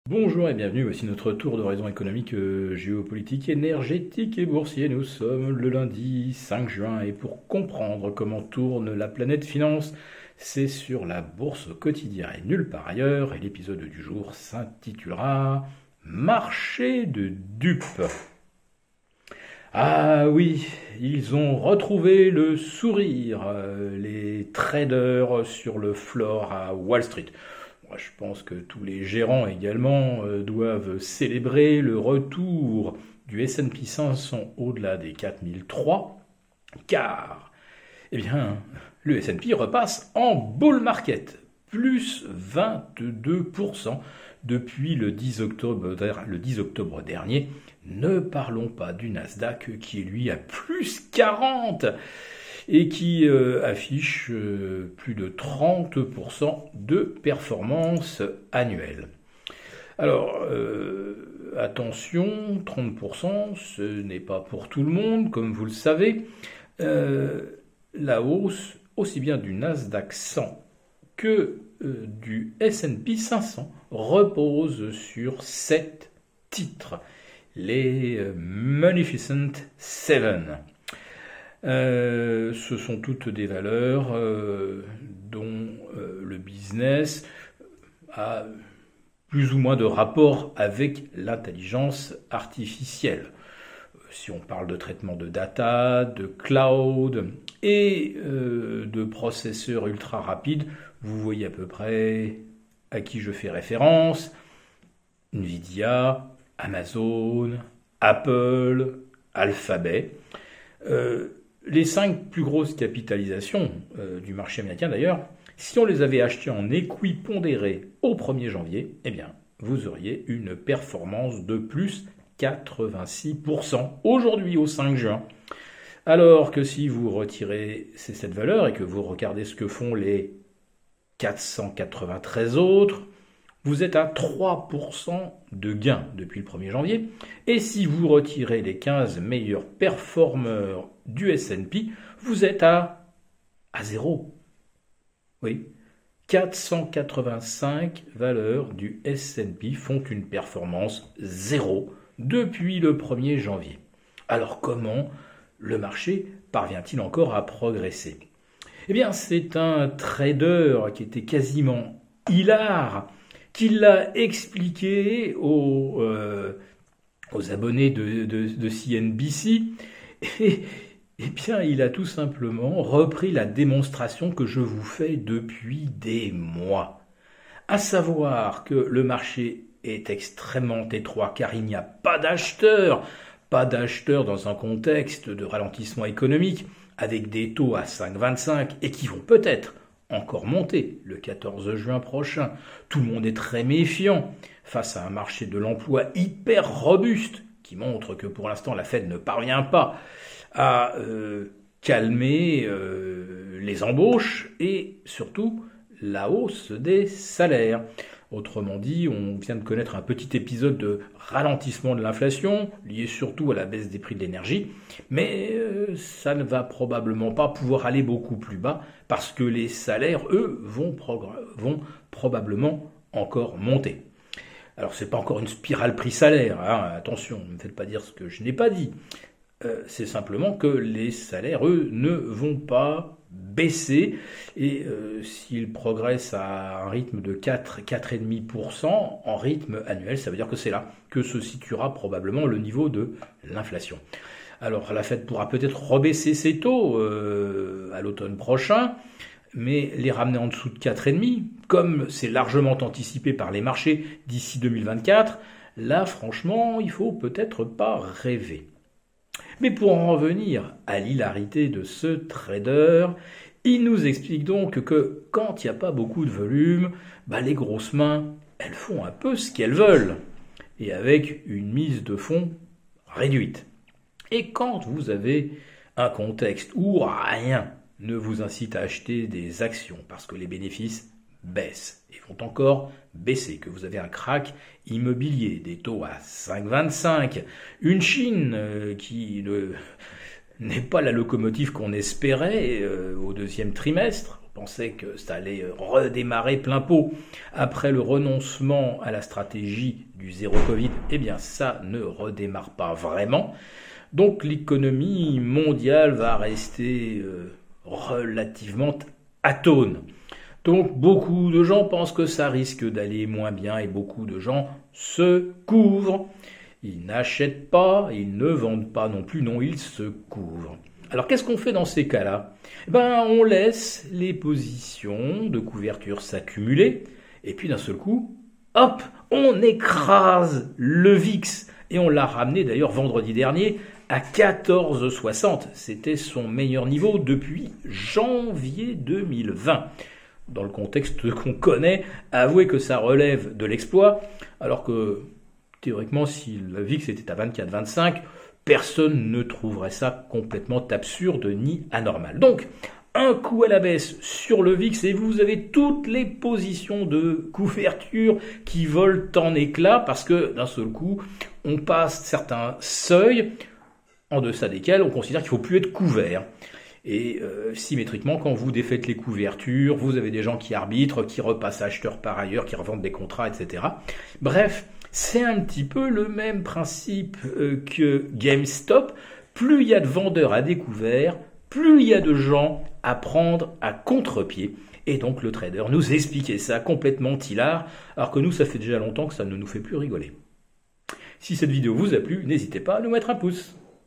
Bonjour et bienvenue, voici notre tour d'horizon économique, géopolitique, énergétique et boursier. Nous sommes le lundi 5 juin et pour comprendre comment tourne la planète finance, c'est sur la bourse au quotidien et nulle part ailleurs. Et l'épisode du jour s'intitulera Marché de dupes. Ah oui, ils ont retrouvé le sourire, les traders sur le floor à Wall Street. Moi, je pense que tous les gérants également doivent célébrer le retour du S&P 500 au-delà des 4003, car, eh bien, le S&P repasse en bull market, plus 22% depuis le 10 octobre dernier. Ne parlons pas du Nasdaq qui est lui à plus 40 et qui affiche plus de 30% de performance annuelle. Alors, attention, 30%, ce n'est pas pour tout le monde, comme vous le savez. La hausse, aussi bien du Nasdaq 100 que du S&P 500, repose sur 7 titres, les Magnificent Seven. Ce sont toutes des valeurs dont le business a plus ou moins de rapport avec l'intelligence artificielle. Si on parle de traitement de data, de cloud et de processeurs ultra rapides, vous voyez à peu près à qui je fais référence. Nvidia, Amazon, Apple, Alphabet. Les 5 plus grosses capitalisations du marché américain d'ailleurs, si on les avait achetées en équipondéré au 1er janvier, eh bien, vous auriez une performance de plus 86% aujourd'hui au 5 juin. Alors que si vous retirez ces 7 valeurs et que vous regardez ce que font les 493 autres, vous êtes à 3% de gain depuis le 1er janvier. Et si vous retirez les 15 meilleurs performeurs du S&P, vous êtes à 0. Oui, 485 valeurs du S&P font une performance 0 depuis le 1er janvier. Alors comment le marché parvient-il encore à progresser ? Eh bien, c'est un trader qui était quasiment hilar qui l'a expliqué aux abonnés de CNBC. Et bien, il a tout simplement repris la démonstration que je vous fais depuis des mois. À savoir que le marché est extrêmement étroit car il n'y a pas d'acheteurs dans un contexte de ralentissement économique avec des taux à 5,25 et qui vont peut-être encore monter le 14 juin prochain. Tout le monde est très méfiant face à un marché de l'emploi hyper robuste qui montre que pour l'instant la Fed ne parvient pas à calmer les embauches et surtout la hausse des salaires. Autrement dit, on vient de connaître un petit épisode de ralentissement de l'inflation, lié surtout à la baisse des prix de l'énergie, mais ça ne va probablement pas pouvoir aller beaucoup plus bas, parce que les salaires, eux, vont probablement encore monter. Alors, ce n'est pas encore une spirale prix-salaire, hein, attention, ne me faites pas dire ce que je n'ai pas dit. C'est simplement que les salaires, eux, ne vont pas baisser et s'ils progressent à un rythme de 4,5% en rythme annuel, ça veut dire que c'est là que se situera probablement le niveau de l'inflation. Alors la Fed pourra peut-être rebaisser ses taux à l'automne prochain, mais les ramener en dessous de 4,5%, comme c'est largement anticipé par les marchés d'ici 2024, là franchement, il faut peut-être pas rêver. Mais pour en revenir à l'hilarité de ce trader, il nous explique donc que quand il n'y a pas beaucoup de volume, les grosses mains, elles font un peu ce qu'elles veulent, et avec une mise de fonds réduite. Et quand vous avez un contexte où rien ne vous incite à acheter des actions parce que les bénéfices baissent et vont encore baisser, que vous avez un crack immobilier, des taux à 5,25, une Chine qui n'est pas la locomotive qu'on espérait au deuxième trimestre, pensait que ça allait redémarrer plein pot. Après le renoncement à la stratégie du zéro Covid, eh bien ça ne redémarre pas vraiment. Donc l'économie mondiale va rester relativement atone. Donc beaucoup de gens pensent que ça risque d'aller moins bien et beaucoup de gens se couvrent. Ils n'achètent pas, ils ne vendent pas non plus, non, ils se couvrent. Alors qu'est-ce qu'on fait dans ces cas-là ? On laisse les positions de couverture s'accumuler et puis d'un seul coup, hop, on écrase le VIX. Et on l'a ramené d'ailleurs vendredi dernier à 14,60. C'était son meilleur niveau depuis janvier 2020. Dans le contexte qu'on connaît, avouez que ça relève de l'exploit, alors que théoriquement, si le VIX était à 24-25, personne ne trouverait ça complètement absurde ni anormal. Donc, un coup à la baisse sur le VIX et vous avez toutes les positions de couverture qui volent en éclats parce que d'un seul coup, on passe certains seuils en deçà desquels on considère qu'il ne faut plus être couvert. Et symétriquement, quand vous défaites les couvertures, vous avez des gens qui arbitrent, qui repassent acheteurs par ailleurs, qui revendent des contrats, etc. Bref, c'est un petit peu le même principe que GameStop. Plus il y a de vendeurs à découvert, plus il y a de gens à prendre à contre-pied. Et donc le trader nous expliquait ça complètement hilare, alors que nous, ça fait déjà longtemps que ça ne nous fait plus rigoler. Si cette vidéo vous a plu, n'hésitez pas à nous mettre un pouce.